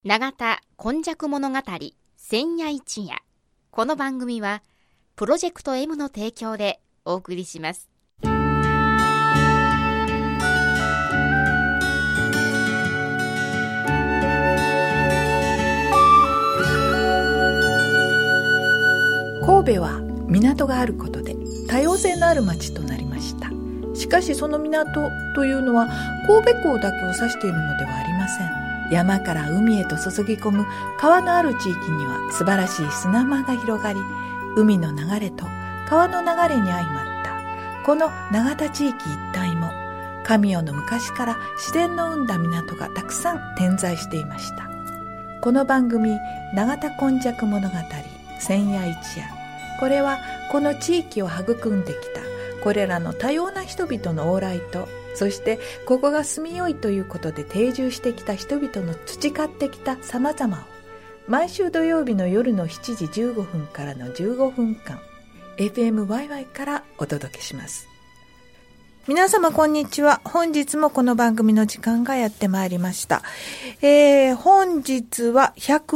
永田今昔物語千夜一夜。この番組はプロジェクト M の提供でお送りします。 神戸は港があることで多様性のある町となりました。しかしその港というのは神戸港だけを指しているのではありません。山から海へと注ぎ込む川のある地域には素晴らしい砂間が広がり、海の流れと川の流れに相まったこの永田地域一帯も神代の昔から自然の生んだ港がたくさん点在していました。この番組永田今昔物語千夜一夜、これはこの地域を育んできたこれらの多様な人々の往来と、そしてここが住みよいということで定住してきた人々の培ってきた様々を毎週土曜日の夜の7時15分からの15分間 FMYY からお届けします。皆様こんにちは。本日もこの番組の時間がやってまいりました。本日は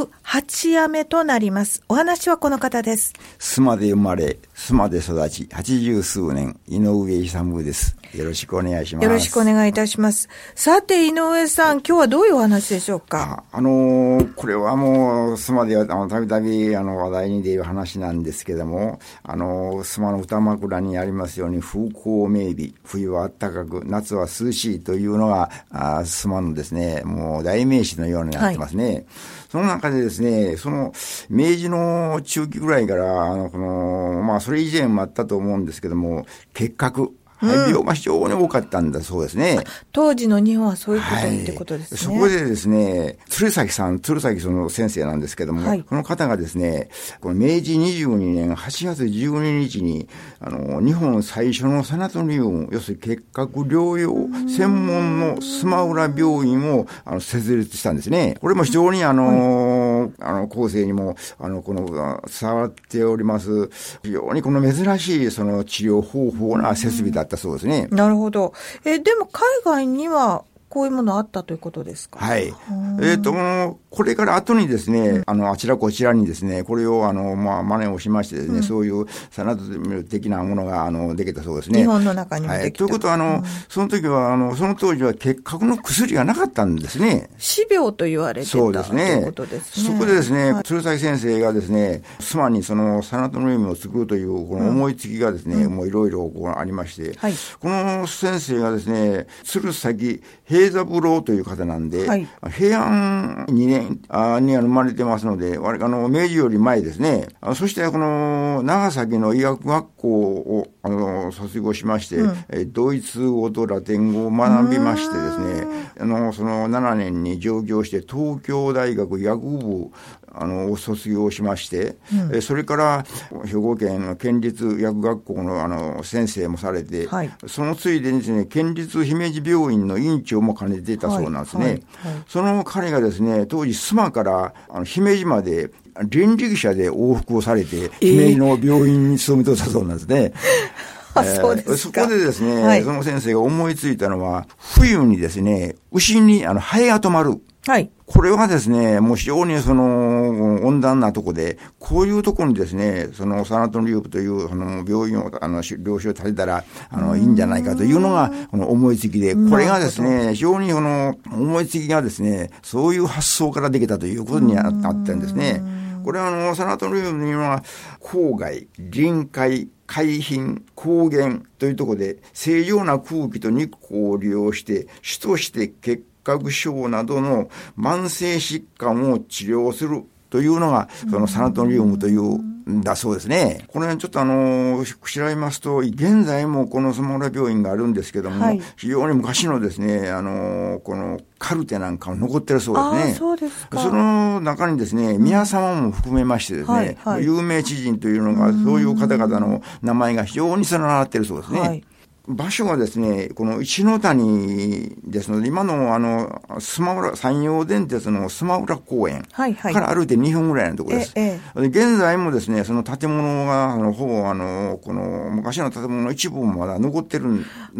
108夜目となります。お話はこの方です。 須磨で生まれ須磨で育ち80数年、井上勇です。よろしくお願いします。 よろしくお願いいたします。さて井上さん、今日はどういうお話でしょうか。 これはもう須磨でたびたび話題に出る話なんですけども、須磨の歌枕にありますように風光明媚、冬は暖かく夏は涼しいというのが須磨のですね、もう代名詞のようになってますね。はい、その中でですね、その明治の中期ぐらいからそれ以前もあったと思うんですけども、結核肺病が非常に多かったんだそうですね。 当時の日本はそういうことってことですね。 そこでですね、鶴崎その先生なんですけども、この方がですね、この明治22年8月12日に、日本最初のサナトリウム、要するに結核療養専門の須磨浦病院を設立したんですね。これも非常に後世にも、伝わっております、非常にこの珍しいその治療方法な設備だったそうですね。 なるほど。でも海外にはこういうものあったということですか。 はい。これから後にですね、あちらこちらにですね、これを真似をしましてですね、そういうサナトリウム的なものができたそうですね。 日本の中にもできた。 ということはその時はその当時は結核の薬がなかったんですね。 死病と言われてた。そうですね。ということですね。 そこでですね、鶴崎先生がですね、須磨にそのサナトリウムを作るというこの思いつきがですね、もういろいろありまして、この先生がですね、鶴崎平三郎という方なんで、平安2年に生まれてますので、明治より前ですね。そしてこの長崎の医学学校を卒業しまして、ドイツ語とラテン語を学びましてですね、その7年に上京して東京大学医学部を卒業しまして、それから兵庫県の県立薬学校の先生もされて、そのついでにですね、県立姫路病院の院長も兼ねていたそうなんですね。その彼がですね、当時須磨から姫路まで人力車で往復をされて、姫路の病院に勤めていたそうなんですね。 そうですか。 そこでですね、その先生が思いついたのは、冬にですね、牛にハエが止まる。これはですね、もう非常に温暖なとこで、こういうところにですね、サナトリウムという病院を、療床を建てたら、いいんじゃないかというのが、この思いつきで、これがですね、非常に思いつきがですね、そういう発想からできたということになったんですね。これはサナトリウムには、郊外、臨海、海浜、高原というところで、正常な空気と日光を利用して、主として結核症などの慢性疾患を治療するというのが、そのサナトリウムというんだそうですね。これちょっと調べますと、現在もこの須磨浦病院があるんですけども、非常に昔のですね、このカルテなんかも残ってるそうですね。 そうですか。 その中にですね、宮様も含めましてですね、有名知人というのが、そういう方々の名前が非常に連なっているそうですね。場所はですね、この石の谷ですので、今の須磨浦、山陽電鉄の須磨浦公園から歩いて2分ぐらいのところです。現在もですね、その建物が、ほぼこの昔の建物の一部もまだ残って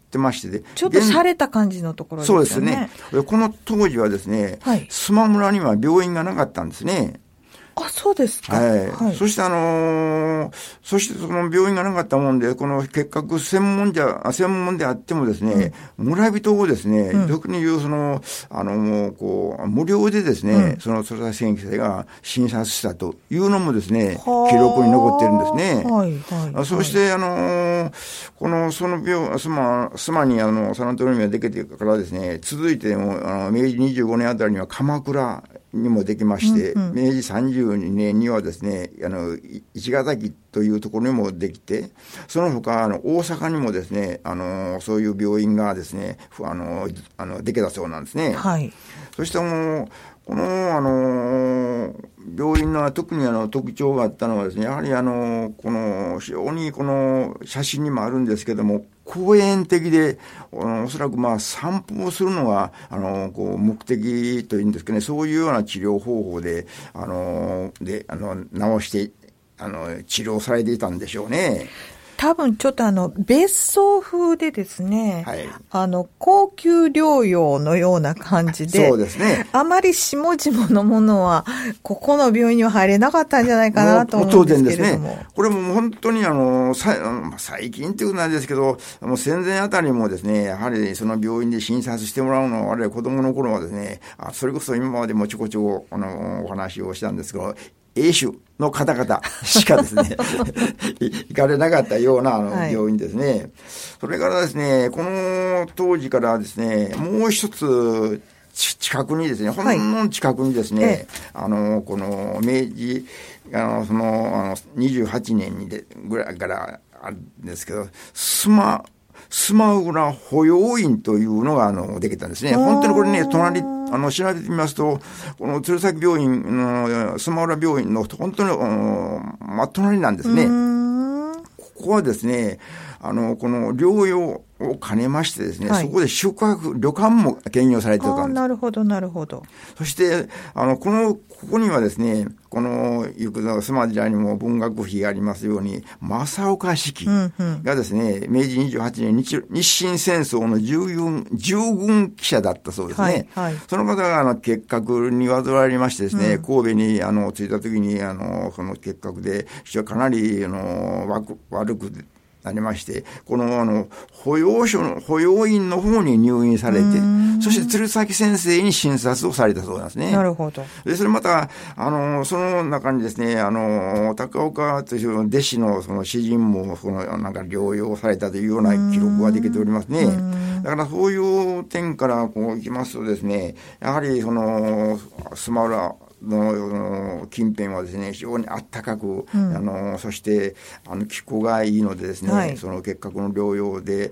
ってましてで、 ちょっと洒落た感じのところですよね。 そうですね。この当時はですね、はい、須磨村には病院がなかったんですね。 あ、そうですか。 はい。そしてそしてその病院がなかったもんで、この結核専門であってもですね、村人をですね、特に言うもうこう、無料でですね、その鶴崎先生が診察したというのもですね、記録に残ってるんですね。はい。そして、その須磨にサナトリウムができてからですね、続いても、明治25年あたりには鎌倉にもできまして、明治32年にはですね、市ヶ崎というところにもできて、その他、大阪にもですね、そういう病院がですね、できたそうなんですね。はい。そしてこの、病院の特に特徴があったのはですね、やはり非常にこの写真にもあるんですけども、公園的で、おそらく散歩をするのが、こう目的というんですかね、そういうような治療方法で、治して、治療されていたんでしょうね。 多分ちょっと別荘風でですね、はい、高級療養のような感じで、 そうですね。 あまり下々のものは、ここの病院には入れなかったんじゃないかなと思うんですけれども。当然ですね。 これも本当に最近っていうことなんですけど、もう戦前あたりもですね、やはりその病院で診察してもらうのは、我々子供の頃はですね、それこそ今までもちょこちょこお話をしたんですけど、英種の方々しかですね行かれなかったような病院ですね、はい、それからですね、この当時からですね、もう一つ近くにですね、ほんの近くにですね、この明治28年にぐらいからあるんですけど、須磨浦保養院というのができたんですね。本当にこれね、隣調べてみますと、この鶴崎病院須磨浦病院の本当に隣なんですね。ここはですね、この療養を兼ねましてですね、はい、そこで宿泊旅館も兼用されてたんです。 なるほどなるほど。 そしてここにはですね、この須磨寺にも文学碑がありますように、正岡子規がですね、明治28年日清戦争の従軍記者だったそうですね。はいはい、その方が結核に患われましてですね、神戸に着いた時にその結核でかなり悪くなりまして、この保養院の方に入院されて、そして鶴崎先生に診察をされたそうなんですね。 なるほど。 で、それまたその中にですね、高岡という弟子のその詩人もなんか療養されたというような記録ができておりますね。だからそういう点からこういきますとですね、やはり須磨浦の近辺はですね、非常に暖かく、そして気候がいいのでですね、はい、その結核の療養で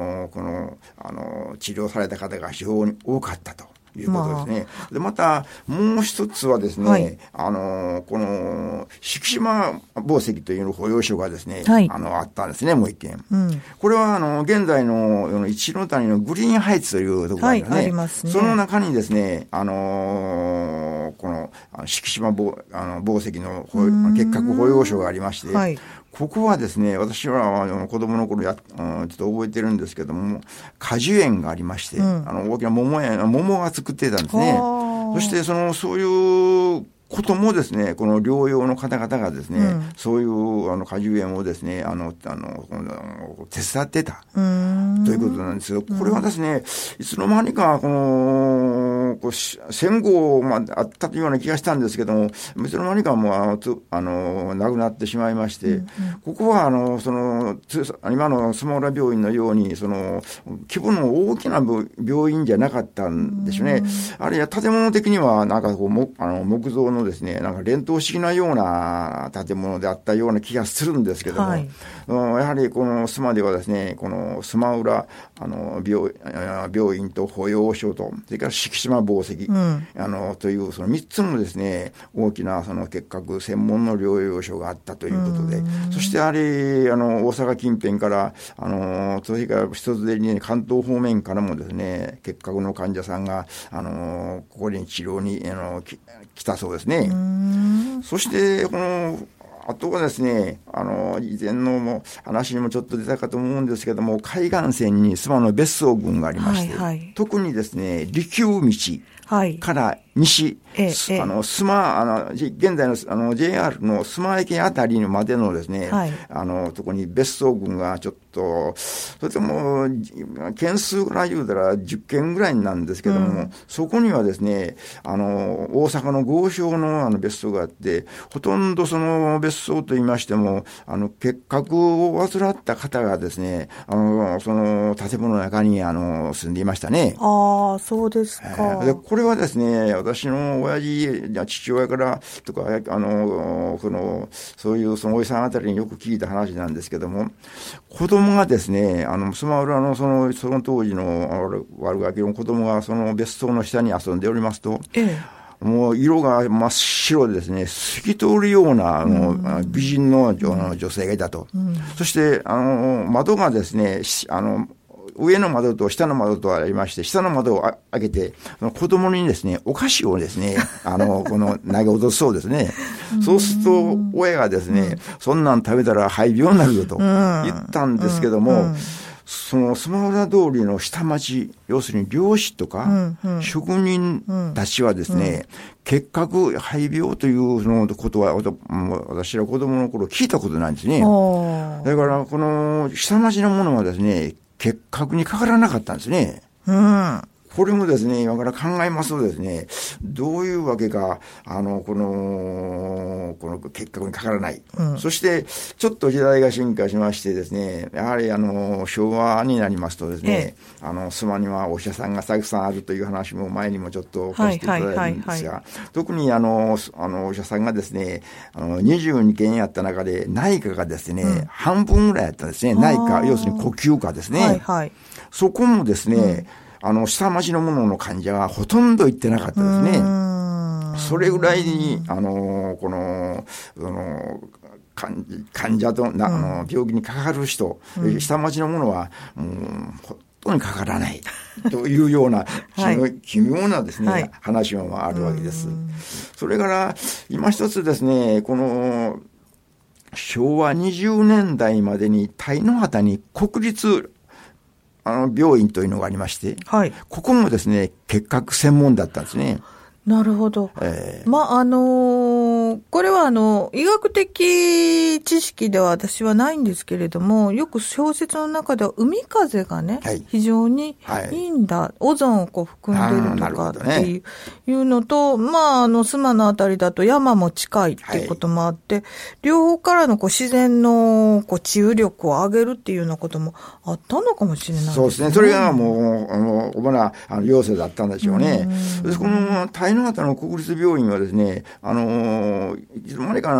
治療された方が非常に多かったということですね。で、またもう一つはですね、はい、この敷島紡績という保養所がですね、はい、あったんですね、もう一件。これは現在の一ノ谷のグリーンハイツというところがあるんですね。はい、ありますね。その中にですね、この敷島紡績の結核保養所がありまして、はい、ここはですね、私は子供の頃ちょっと覚えてるんですけども、果樹園がありまして、大きな桃が作っていたんですね。そしてそういうこともですね、この療養の方々がですね、そういう果樹園をですね、手伝ってたということなんですけど、これはですね、いつの間にか戦後まであったというような気がしたんですけども、いつの間にかもうなくなってしまいまして、ここは今の須磨浦病院のように規模の大きな病院じゃなかったんでしょうね。あるいは建物的にはなんか木造のですね、なんか連棟式なような建物であったような気がするんですけども、はい、やはりこの須磨ではですね、この須磨浦病院と保養所と、それから敷島紡績、というその3つのですね、大きな結核専門の療養所があったということで、そして大阪近辺から、それから一つでに関東方面からもですね、結核の患者さんが、ここに治療に来たそうですね。そして、 あとはですね、以前の話にもちょっと出たかと思うんですけども、海岸線に須磨の別荘群がありまして、はいはい、特にですね、利休道から西、須磨、現在のJR の須磨駅あたりまでのですね、はい、とこに別荘群がちょっと、それとも、件数から言うたら10件ぐらいなんですけども、そこにはですね、大阪の豪商の別荘があって、ほとんどその別荘と言いましても、結核を患った方がですね、その建物の中に住んでいましたね。 ああ、そうですか。 でこれはですね、私の父親からとか、そういうそのおじさんあたりによく聞いた話なんですけども、子供がですね、須磨浦のその当時の悪ガキの子供がその別荘の下に遊んでおりますと、もう色が真っ白でですね、透き通るような美人の女性がいたと。そして窓がですね、上の窓と下の窓とありまして、下の窓を開けて、子供にですね、お菓子をですね、投げ落とすそうですね。そうすると、親がですね、そんなん食べたら肺病になるよと言ったんですけども、その須磨浦通りの下町、要するに漁師とか、職人たちはですね、結核、肺病というそのことは、私ら子供の頃聞いたことないんですね。だから、この下町のものはですね、結核にかからなかったんですね。これもですね、今から考えますとですね、どういうわけか、この結核にかからない。そして、ちょっと時代が進化しましてですね、やはり昭和になりますとですね、須磨にはお医者さんがたくさんあるという話も前にもちょっとさせていただいたんですが、特にお医者さんがですね、22件やった中で、内科がですね、半分ぐらいやったんですね。内科、要するに呼吸科ですね。そこもですね、下町のものの患者はほとんど行ってなかったですね。それぐらいに、患者と病気にかかる人、下町のものは、本当にかからないというような奇妙なですね、話もあるわけです。それから、今一つですね、この、昭和20年代までに田井の畑に国立病院というのがありまして、ここもですね、結核専門だったんですね。 なるほど。これは医学的知識では私はないんですけれども、よく小説の中では海風がね、非常にいいんだ。オゾンを含んでるとかっていうのと、須磨のあたりだと山も近いっていうこともあって、両方からの自然の治癒力を上げるっていうようなこともあったのかもしれないですね。 そうですね。それがもう、主な要素だったんでしょうね。この田井の畑の国立病院はですね、いつの間にか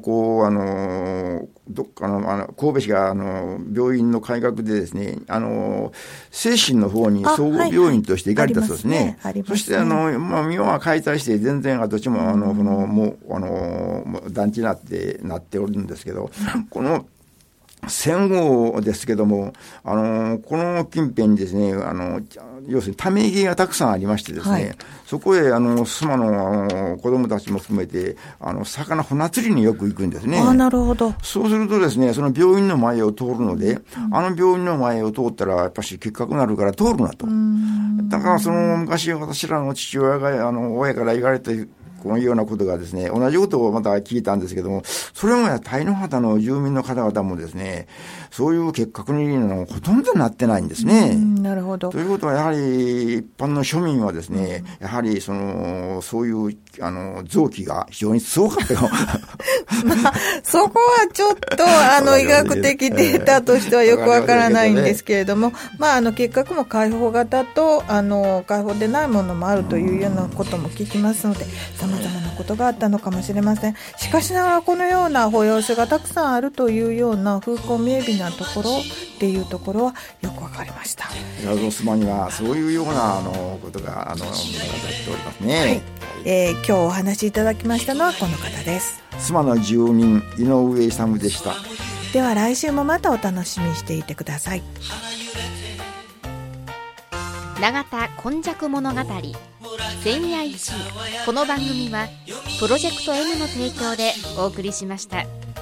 どっかの神戸市が病院の改革でですね、精神の方に総合病院として行かれたそうですね。そして今は解体して全然どっちももう団地になっておるんですけど、この戦後ですけども、この近辺にですね、要するにため池がたくさんありましてですね、そこへ須磨の子供たちも含めて魚船釣りによく行くんですね。 なるほど。 そうするとですね、その病院の前を通るので、病院の前を通ったらやっぱし結核になるから通るなと。だから昔私らの父親が親から言われてこういうようなことがですね、同じことをまた聞いたんですけども、それも田井の畑の住民の方々もですね、そういう結核にほとんどなってないんですね。 なるほど。 ということはやはり一般の庶民はですね、やはりそういう臓器が非常に強かったよ。 そこはちょっと医学的データとしてはよくわからないんですけれども、結核も開放型と開放でないものもあるというようなことも聞きますので、様々なことがあったのかもしれません。しかしながらこのような保養所がたくさんあるというような風光明媚なところっていうところはよくわかりました。 須磨にはそういうようなことが物語っておりますね。 今日お話しいただきましたのはこの方です。 須磨の住人井上勇でした。 では来週もまたお楽しみにしていてください。 永田今昔物語千夜一夜。この番組はプロジェクト M の提供でお送りしました。